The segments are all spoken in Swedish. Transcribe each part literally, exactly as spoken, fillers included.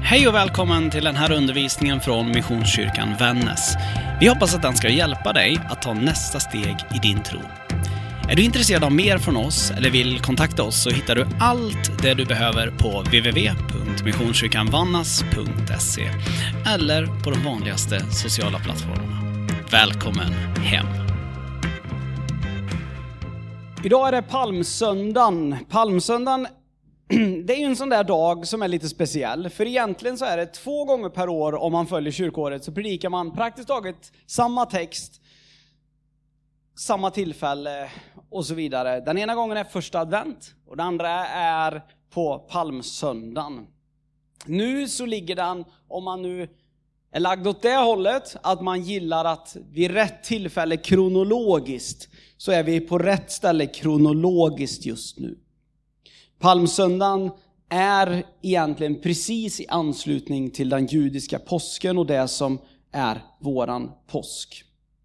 Hej och välkommen till den här undervisningen från Missionskyrkan Vännäs. Vi hoppas att den ska hjälpa dig att ta nästa steg i din tro. Är du intresserad av mer från oss eller vill kontakta oss så hittar du allt det du behöver på w w w punkt missionskyrkanvannas punkt se eller på de vanligaste sociala plattformarna. Välkommen hem! Idag är det palmsöndagen. Palmsöndagen, det är ju en sån där dag som är lite speciell. För egentligen så är det två gånger per år, om man följer kyrkåret, så predikar man praktiskt taget samma text, samma tillfälle och så vidare. Den ena gången är första advent och den andra är på palmsöndagen. Nu så ligger den, om man nu är lagd åt det hållet, att man gillar att vid rätt tillfälle kronologiskt, så är vi på rätt ställe kronologiskt just nu. Palmsöndagen är egentligen precis i anslutning till den judiska påsken och det som är våran påsk.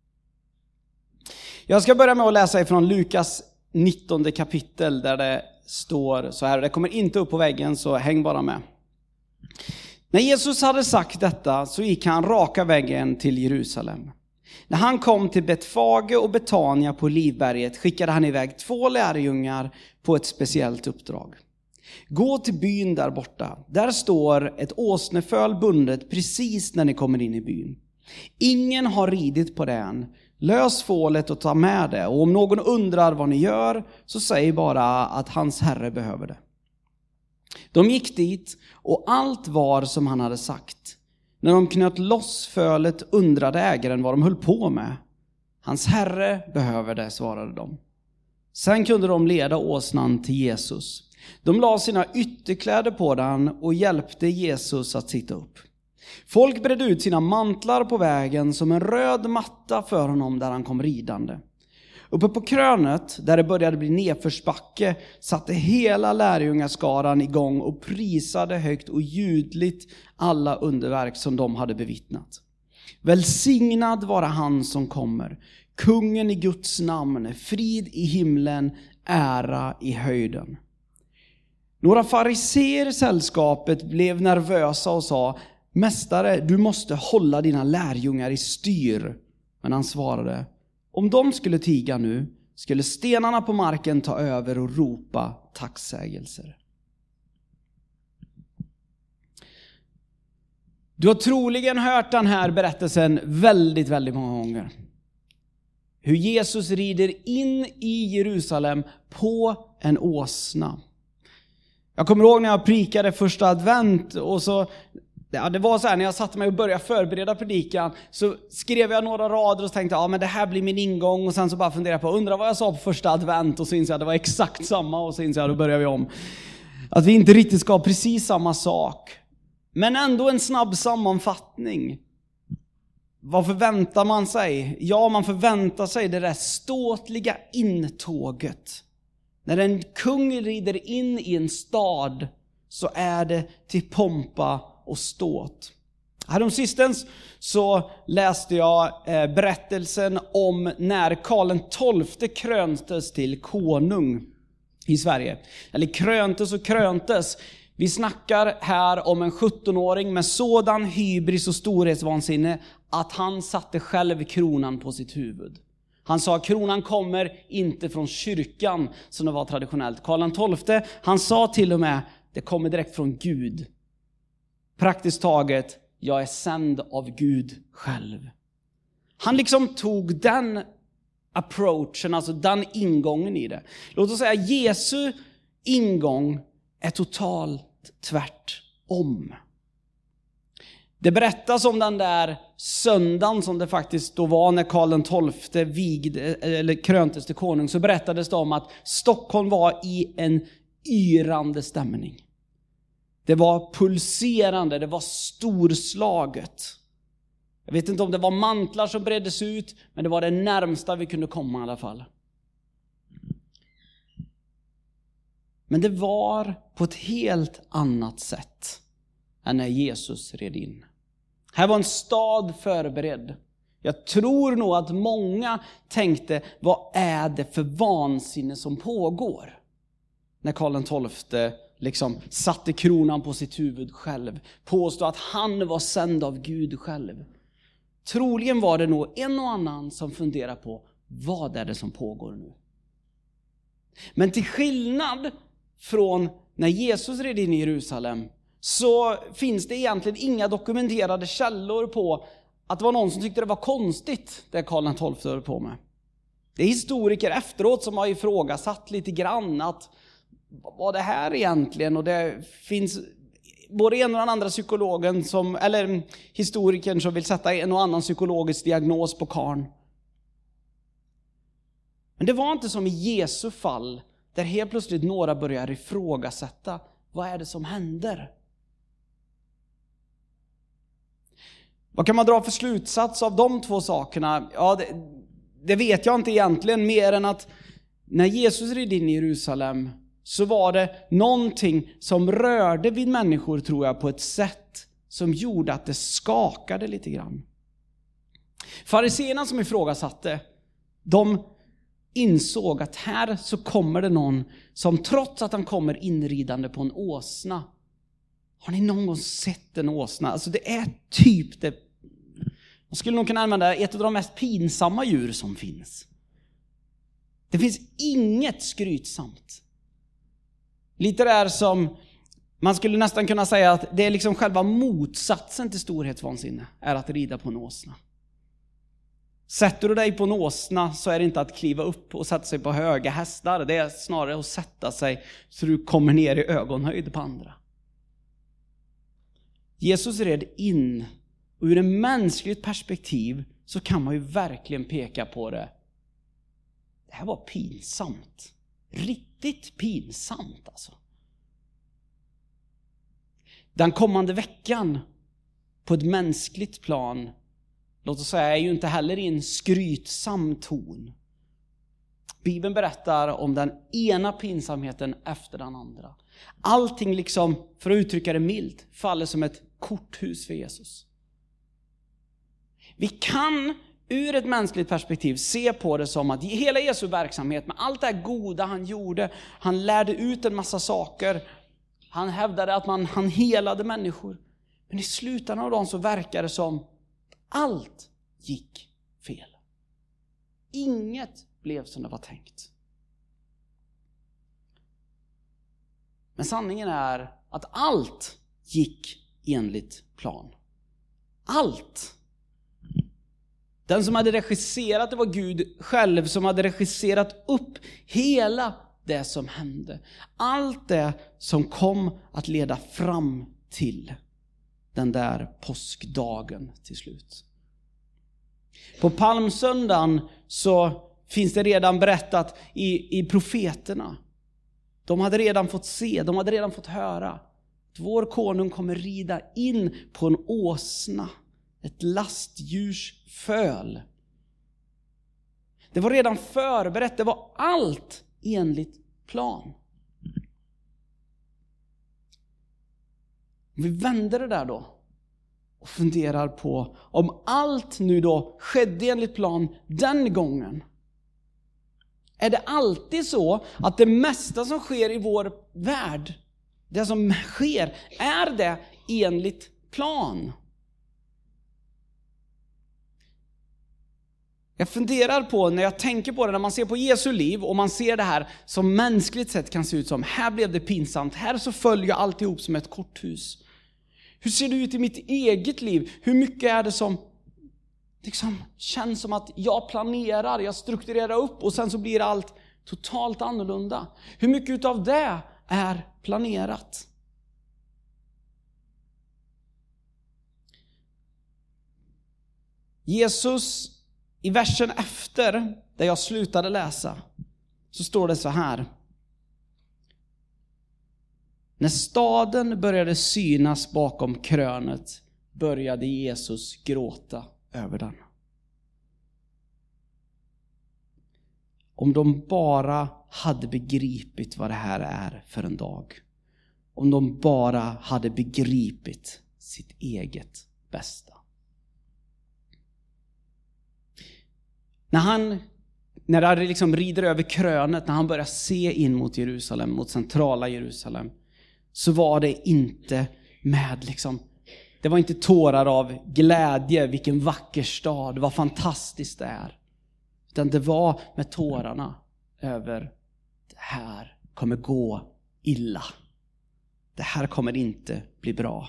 Jag ska börja med att läsa ifrån Lukas nittonde kapitel där det står så här. Det kommer inte upp på väggen, så häng bara med. När Jesus hade sagt detta så gick han raka vägen till Jerusalem. När han kom till Betfage och Betania på Livberget skickade han iväg två lärjungar på ett speciellt uppdrag. Gå till byn där borta. Där står ett åsneföl bundet precis när ni kommer in i byn. Ingen har ridit på det än. Lös fålet och ta med det. Och om någon undrar vad ni gör så säg bara att hans herre behöver det. De gick dit och allt var som han hade sagt. När de knöt loss fölet undrade ägaren vad de höll på med. Hans herre behöver det, svarade de. Sen kunde de leda åsnan till Jesus. De la sina ytterkläder på den och hjälpte Jesus att sitta upp. Folk bredde ut sina mantlar på vägen som en röd matta för honom där han kom ridande. Uppe på krönet, där det började bli nedförsbacke, satte hela lärjungaskaran igång och prisade högt och ljudligt alla underverk som de hade bevittnat. Välsignad vara han som kommer, kungen i Guds namn, frid i himlen, ära i höjden. Några fariseer i sällskapet blev nervösa och sa: Mästare, du måste hålla dina lärjungar i styr. Men han svarade: om de skulle tiga nu skulle stenarna på marken ta över och ropa tacksägelser. Du har troligen hört den här berättelsen väldigt, väldigt många gånger. Hur Jesus rider in i Jerusalem på en åsna. Jag kommer ihåg när jag prikade första advent och så... Ja, det var så här, när jag satte mig och började förbereda predikan så skrev jag några rader och tänkte ja men det här blir min ingång, och sen så bara funderade jag på, undra vad jag sa på första advent, och så insåg jag att det var exakt samma, och så insåg jag, då börjar vi om. Att vi inte riktigt ska ha precis samma sak, men ändå en snabb sammanfattning. Vad förväntar man sig? Ja, man förväntar sig det där ståtliga intåget. När en kung rider in i en stad så är det till pompa och ståt. Häromsistens så läste jag eh, berättelsen om när Karl den tolfte kröntes till konung i Sverige. Eller kröntes och kröntes. Vi snackar här om en sjuttonåring med sådan hybris och storhetsvansinne att han satte själv kronan på sitt huvud. Han sa att kronan kommer inte från kyrkan som det var traditionellt. Karl den tolfte, han sa till och med, det kommer direkt från Gud. Praktiskt taget, jag är sänd av Gud själv. Han liksom tog den approachen, alltså den ingången i det. Låt oss säga Jesu ingång är totalt tvärtom. Det berättas om den där söndagen som det faktiskt då var när Karl den tolfte vigde, eller kröntes till konung, så berättades det om att Stockholm var i en yrande stämning. Det var pulserande, det var storslaget. Jag vet inte om det var mantlar som breddes ut, men det var det närmsta vi kunde komma i alla fall. Men det var på ett helt annat sätt än när Jesus red in. Här var en stad förberedd. Jag tror nog att många tänkte, vad är det för vansinne som pågår? När Karl den tolfte liksom satte kronan på sitt huvud själv. Påstod att han var sänd av Gud själv. Troligen var det nog en och annan som funderade på vad är det som pågår nu. Men till skillnad från när Jesus red in i Jerusalem så finns det egentligen inga dokumenterade källor på att det var någon som tyckte det var konstigt det Karl den tolfte höll på med. Det är historiker efteråt som har ifrågasatt lite grann att vad det här egentligen, och det finns både en och den andra psykologen som, eller historikern som vill sätta en och annan psykologisk diagnos på karln. Men det var inte som i Jesu fall där helt plötsligt några börjar ifrågasätta vad är det som händer. Vad kan man dra för slutsats av de två sakerna? Ja, det, det vet jag inte egentligen, mer än att när Jesus red in i Jerusalem så var det någonting som rörde vid människor, tror jag, på ett sätt som gjorde att det skakade lite grann. Fariseerna som ifrågasatte, de insåg att här så kommer det någon som trots att han kommer inridande på en åsna. Har ni någon gång sett en åsna? Alltså det är typ det. Man skulle nog kunna använda ett av de mest pinsamma djur som finns. Det finns inget skrytsamt. Lite där som man skulle nästan kunna säga att det är liksom själva motsatsen till storhetsvansinne är att rida på en åsna. Sätter du dig på en åsna så är det inte att kliva upp och sätta sig på höga hästar. Det är snarare att sätta sig så du kommer ner i ögonhöjd på andra. Jesus red in, och ur ett mänskligt perspektiv så kan man ju verkligen peka på det. Det här var pinsamt. Riktigt pinsamt alltså. Den kommande veckan på ett mänskligt plan, låt oss säga, är ju inte heller i en skrytsam ton. Bibeln berättar om den ena pinsamheten efter den andra. Allting liksom, för att uttrycka det milt, faller som ett korthus för Jesus. Vi kan ur ett mänskligt perspektiv se på det som att hela Jesu verksamhet med allt det här goda han gjorde, han lärde ut en massa saker, han hävdade att man, han helade människor. Men i slutändan av dagen så verkar det som allt gick fel. Inget blev som det var tänkt. Men sanningen är att allt gick enligt plan. Allt. Den som hade regisserat det var Gud själv, som hade regisserat upp hela det som hände. Allt det som kom att leda fram till den där påskdagen till slut. På palmsöndagen så finns det redan berättat i, i profeterna. De hade redan fått se, de hade redan fått höra att vår konung kommer rida in på en åsna, ett lastdjurs föl. Det var redan förberett, det var allt enligt plan. Vi vänder det där då och funderar på om allt nu då skedde enligt plan den gången. Är det alltid så att det mesta som sker i vår värld, det som sker, är det enligt plan? Jag funderar på, när jag tänker på det, när man ser på Jesu liv och man ser det här som mänskligt sett kan se ut som, här blev det pinsamt, här så följer alltihop som ett korthus. Hur ser det ut i mitt eget liv? Hur mycket är det som liksom känns som att jag planerar, jag strukturerar upp och sen så blir allt totalt annorlunda? Hur mycket av det är planerat? Jesus, i versen efter där jag slutade läsa, så står det så här: när staden började synas bakom krönet började Jesus gråta över den. Om de bara hade begripit vad det här är för en dag. Om de bara hade begripit sitt eget bästa. När han, när det liksom rider över krönet, när han börjar se in mot Jerusalem, mot centrala Jerusalem, så var det inte med liksom, det var inte tårar av glädje, vilken vacker stad, vad fantastiskt det är. Utan det var med tårarna över, det här kommer gå illa. Det här kommer inte bli bra.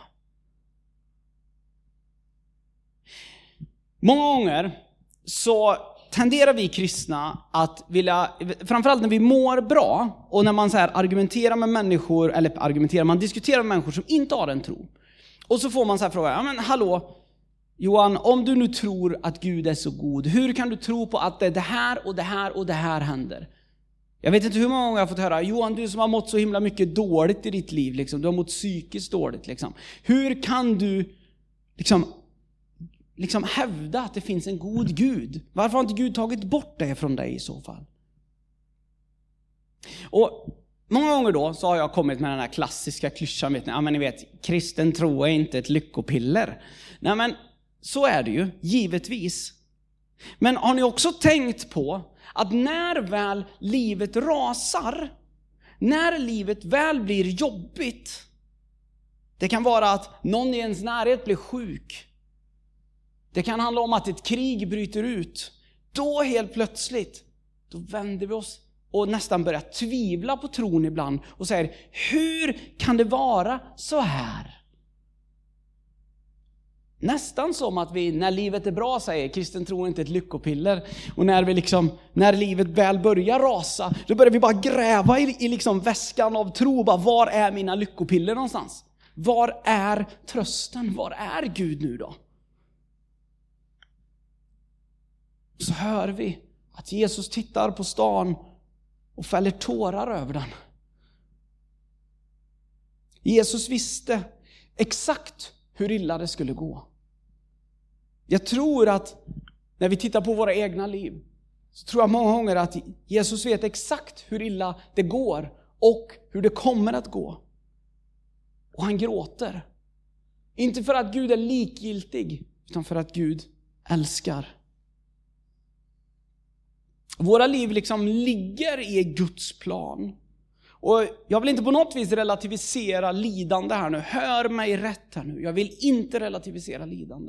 Många gånger så tenderar vi kristna att vilja, framförallt när vi mår bra och när man så här argumenterar med människor, eller argumenterar, man diskuterar med människor som inte har en tro. Och så får man så här fråga, ja men hallå Johan, om du nu tror att Gud är så god, hur kan du tro på att det, det här och det här och det här händer? Jag vet inte hur många gånger jag har fått höra, Johan, du som har mått så himla mycket dåligt i ditt liv, liksom, du har mått psykiskt dåligt. Liksom. Hur kan du liksom, liksom hävda att det finns en god Gud? Varför har inte Gud tagit bort det från dig i så fall? Och många gånger då så har jag kommit med den här klassiska klyschan, vet ni, ja men ni vet, kristen tro är inte ett lyckopiller. Nej men, så är det ju, givetvis. Men har ni också tänkt på att när väl livet rasar, när livet väl blir jobbigt, det kan vara att någon i ens närhet blir sjuk, det kan handla om att ett krig bryter ut, då helt plötsligt, då vänder vi oss och nästan börjar tvivla på tron ibland och säger, hur kan det vara så här? Nästan som att vi, när livet är bra, säger kristen tro är inte ett lyckopiller. Och när vi liksom, när livet väl börjar rasa, då börjar vi bara gräva i, i liksom väskan av tro. Bara, var är mina lyckopiller någonstans? Var är trösten? Var är Gud nu då? Så hör vi att Jesus tittar på stan och fäller tårar över den. Jesus visste exakt hur illa det skulle gå. Jag tror att när vi tittar på våra egna liv, så tror jag många gånger att Jesus vet exakt hur illa det går och hur det kommer att gå. Och han gråter. Inte för att Gud är likgiltig, utan för att Gud älskar. Våra liv liksom ligger i Guds plan. Och jag vill inte på något vis relativisera lidande här nu. Hör mig rätt här nu. Jag vill inte relativisera lidande.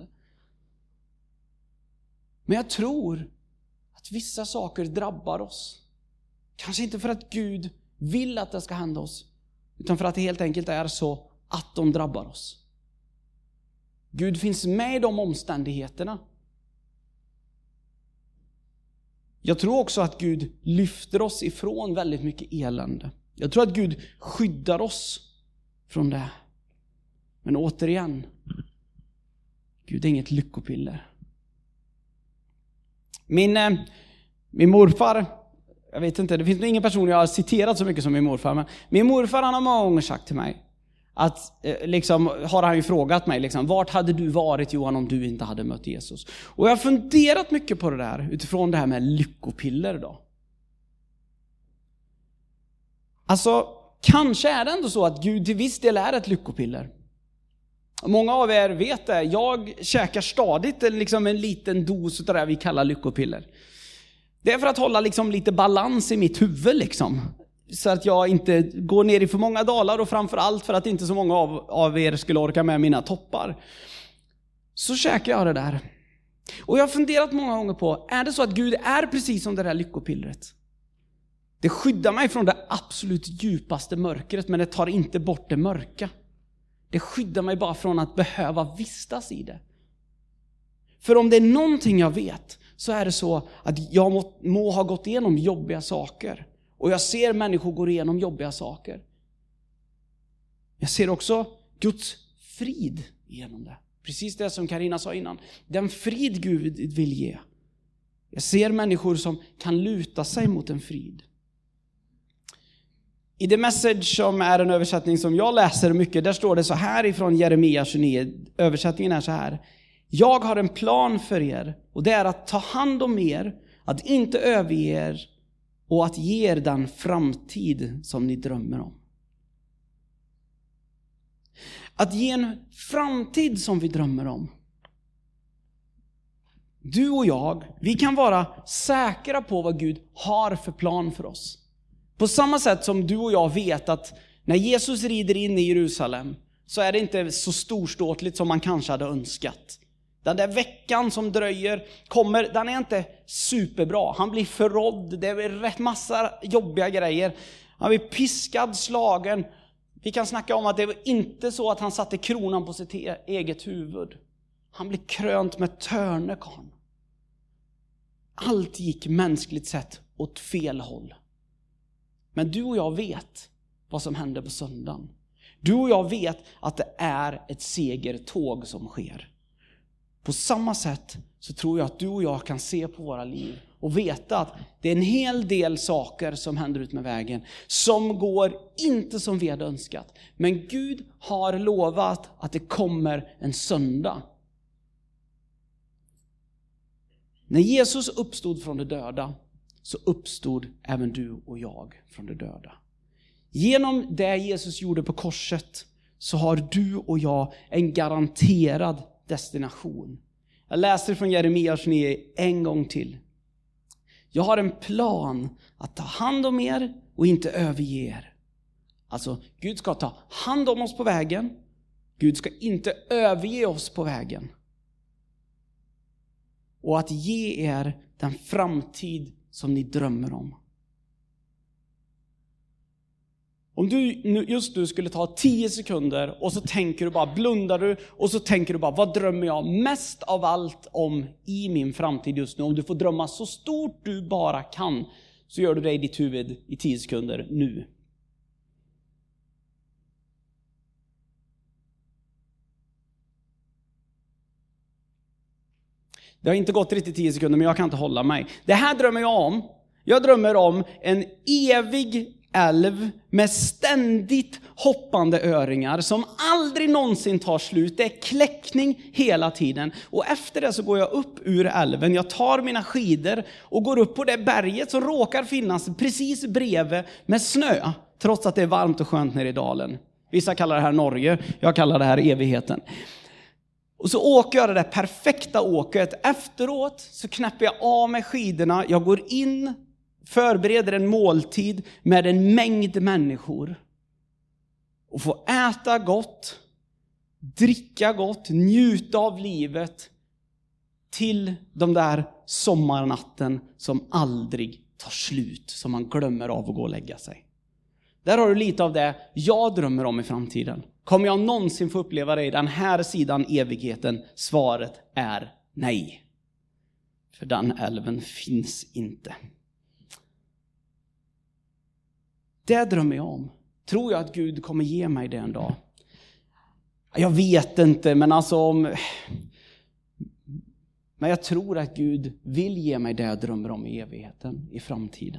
Men jag tror att vissa saker drabbar oss. Kanske inte för att Gud vill att det ska hända oss, utan för att det helt enkelt är så att de drabbar oss. Gud finns med i de omständigheterna. Jag tror också att Gud lyfter oss ifrån väldigt mycket elände. Jag tror att Gud skyddar oss från det. Men återigen, Gud är inget lyckopiller. Min, eh, min morfar, jag vet inte, det finns nog ingen person jag har citerat så mycket som min morfar. Men min morfar, han har många gånger sagt till mig att eh, liksom, har han ju frågat mig liksom, vart hade du varit Johan om du inte hade mött Jesus? Och jag har funderat mycket på det där utifrån det här med lyckopiller då. Alltså, kanske är det ändå så att Gud till viss del är ett lyckopiller. Många av er vet det. Jag käkar stadigt liksom en liten dos av det vi kallar lyckopiller. Det är för att hålla liksom lite balans i mitt huvud liksom. Så att jag inte går ner i för många dalar, och framförallt för att inte så många av, av er skulle orka med mina toppar. Så käkar jag det där. Och jag har funderat många gånger på, är det så att Gud är precis som det där lyckopillret? Det skyddar mig från det absolut djupaste mörkret, men det tar inte bort det mörka. Det skyddar mig bara från att behöva vistas i det. För om det är någonting jag vet, så är det så att jag må, må ha gått igenom jobbiga saker. Och jag ser människor gå igenom jobbiga saker. Jag ser också Guds frid genom det. Precis det som Karina sa innan. Den frid Gud vill ge. Jag ser människor som kan luta sig mot en frid. I The Message, som är en översättning som jag läser mycket, där står det så här ifrån Jeremia tjugonio. Översättningen är så här: jag har en plan för er, och det är att ta hand om er, att inte överge er och att ge er den framtid som ni drömmer om. Att ge en framtid som vi drömmer om. Du och jag, vi kan vara säkra på vad Gud har för plan för oss. På samma sätt som du och jag vet att När Jesus rider in i Jerusalem så är det inte så storståtligt som man kanske hade önskat. Den där veckan som dröjer kommer, den är inte superbra. Han blir förrådd, det är rätt massa jobbiga grejer. Han blir piskad, slagen. Vi kan snacka om att det var inte så att han satte kronan på sitt eget huvud. Han blir krönt med törnekarn. Allt gick mänskligt sett åt fel håll. Men du och jag vet vad som hände på söndagen. Du och jag vet att det är ett segertåg som sker. På samma sätt så tror jag att du och jag kan se på våra liv och veta att det är en hel del saker som händer ut med vägen som går inte som vi hade önskat. Men Gud har lovat att det kommer en söndag. När Jesus uppstod från de döda så uppstod även du och jag från de döda. Genom det Jesus gjorde på korset så har du och jag en garanterad destination. Jag läser från Jeremias nio en gång till. Jag har en plan att ta hand om er och inte överge er. Alltså, Gud ska ta hand om oss på vägen. Gud ska inte överge oss på vägen. Och att ge er den framtid som ni drömmer om. Om du just nu skulle ta tio sekunder och så tänker du bara, blundar du och så tänker du bara, vad drömmer jag mest av allt om i min framtid just nu? Om du får drömma så stort du bara kan så gör du det i ditt huvud i tio sekunder nu. Det har inte gått riktigt tio sekunder men jag kan inte hålla mig. Det här drömmer jag om. Jag drömmer om en evig älv med ständigt hoppande öringar som aldrig någonsin tar slut. Det är kläckning hela tiden. Och efter det så går jag upp ur älven. Jag tar mina skidor och går upp på det berget som råkar finnas precis bredvid med snö. Trots att det är varmt och skönt nere i dalen. Vissa kallar det här Norge. Jag kallar det här evigheten. Och så åker jag det där perfekta åket. Efteråt så knäpper jag av mig skidorna. Jag går in, förbereder en måltid med en mängd människor. Och får äta gott, dricka gott, njuta av livet. Till de där sommarnatten som aldrig tar slut. Som man glömmer av att gå och lägga sig. Där har du lite av det jag drömmer om i framtiden. Kommer jag någonsin få uppleva det i den här sidan evigheten? Svaret är nej. För den älven finns inte. Det drömmer jag om. Tror jag att Gud kommer ge mig det en dag? Jag vet inte, men alltså om... Men jag tror att Gud vill ge mig det jag drömmer om i evigheten, i framtiden.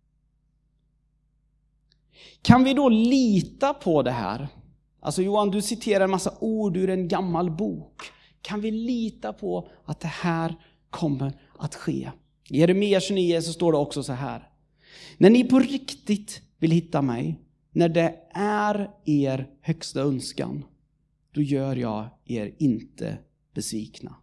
Kan vi då lita på det här? Alltså Johan, du citerar en massa ord ur en gammal bok. Kan vi lita på att det här kommer att ske? I Jeremia tjugonio så står det också så här. När ni på riktigt vill hitta mig, när det är er högsta önskan, då gör jag er inte besvikna.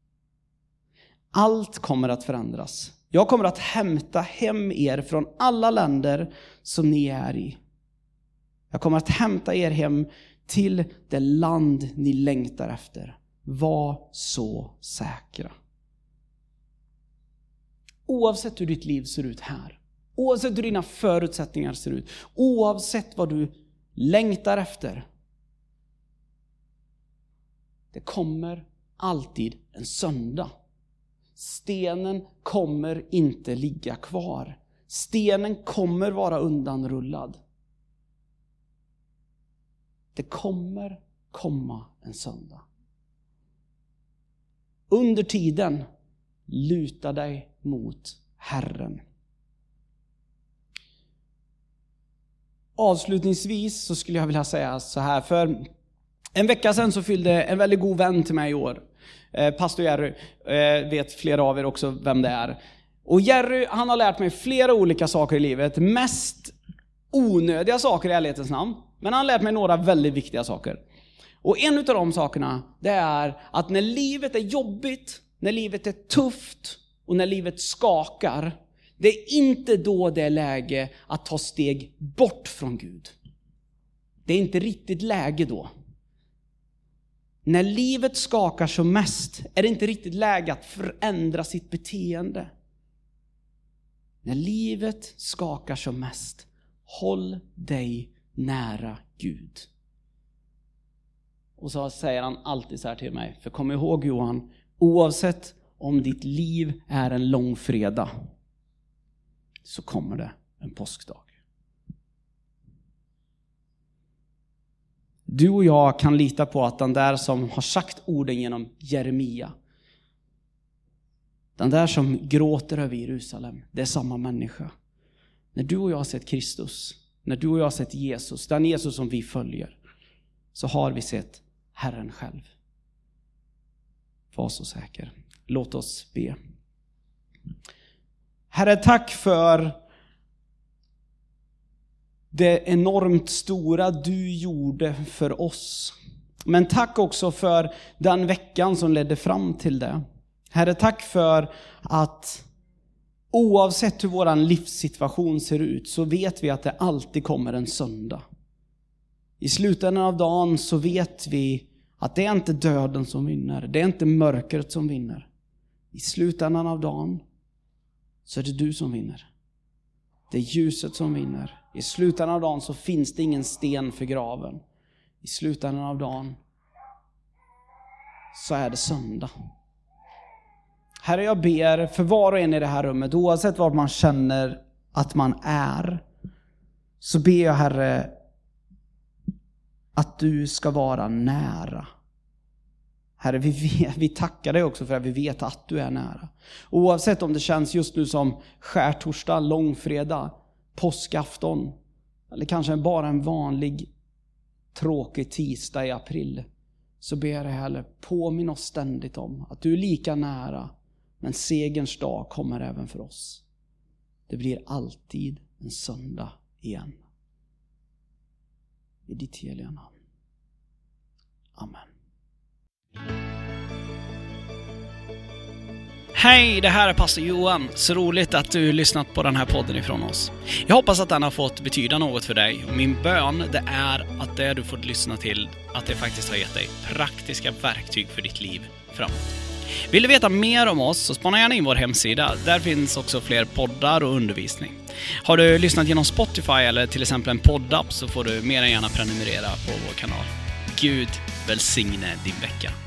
Allt kommer att förändras. Jag kommer att hämta hem er från alla länder som ni är i. Jag kommer att hämta er hem till det land ni längtar efter. Var så säkra. Oavsett hur ditt liv ser ut här. Oavsett hur dina förutsättningar ser ut. Oavsett vad du längtar efter. Det kommer alltid en söndag. Stenen kommer inte ligga kvar. Stenen kommer vara undanrullad. Det kommer komma en söndag. Under tiden luta dig mot Herren. Avslutningsvis så skulle jag vilja säga så här. För en vecka sedan så fyllde en väldigt god vän till mig i år. Eh, Pastor Jerry, eh, vet flera av er också vem det är. Och Jerry, han har lärt mig flera olika saker i livet. Mest onödiga saker i ärlighetens namn. Men han har lärt mig några väldigt viktiga saker. Och en av de sakerna, det är att när livet är jobbigt, när livet är tufft och när livet skakar, det är inte då det är läge att ta steg bort från Gud. Det är inte riktigt läge då. När livet skakar som mest är det inte riktigt läge att förändra sitt beteende. När livet skakar som mest, håll dig nära Gud. Och så säger han alltid så här till mig. För kom ihåg Johan, oavsett om ditt liv är en lång fredag, så kommer det en påskdag. Du och jag kan lita på att den där som har sagt orden genom Jeremia, den där som gråter över Jerusalem, det är samma människa. När du och jag har sett Kristus, när du och jag har sett Jesus, den Jesus som vi följer, så har vi sett Herren själv. Var så säker. Låt oss be. Herre, tack för det enormt stora du gjorde för oss. Men tack också för den veckan som ledde fram till det. Herre, tack för att oavsett hur vår livssituation ser ut så vet vi att det alltid kommer en söndag. I slutändan av dagen så vet vi att det är inte döden som vinner. Det är inte mörkret som vinner. I slutändan av dagen så är det du som vinner. Det är ljuset som vinner. I slutändan av dagen så finns det ingen sten för graven. I slutändan av dagen så är det söndag. Herre, jag ber för var och en i det här rummet, oavsett vad man känner att man är, så ber jag, Herre, att du ska vara nära. Herre, vi, vet, vi tackar dig också för att vi vet att du är nära. Oavsett om det känns just nu som skärtorsdag, långfredag, påskafton, eller kanske bara en vanlig tråkig tisdag i april, så ber jag dig, Herre, påminn oss ständigt om att du är lika nära, men segerns dag kommer även för oss. Det blir alltid en söndag igen. I ditt heliga namn. Amen. Hej, det här är pastor Johan. Så roligt att du lyssnat på den här podden ifrån oss. Jag hoppas att den har fått betyda något för dig. Och min bön, det är att det du får lyssna till, att det faktiskt har gett dig praktiska verktyg för ditt liv framåt. Vill du veta mer om oss så spana gärna in vår hemsida. Där finns också fler poddar och undervisning. Har du lyssnat genom Spotify eller till exempel en poddapp, så får du mer än gärna prenumerera på vår kanal. Gud välsigne din vecka.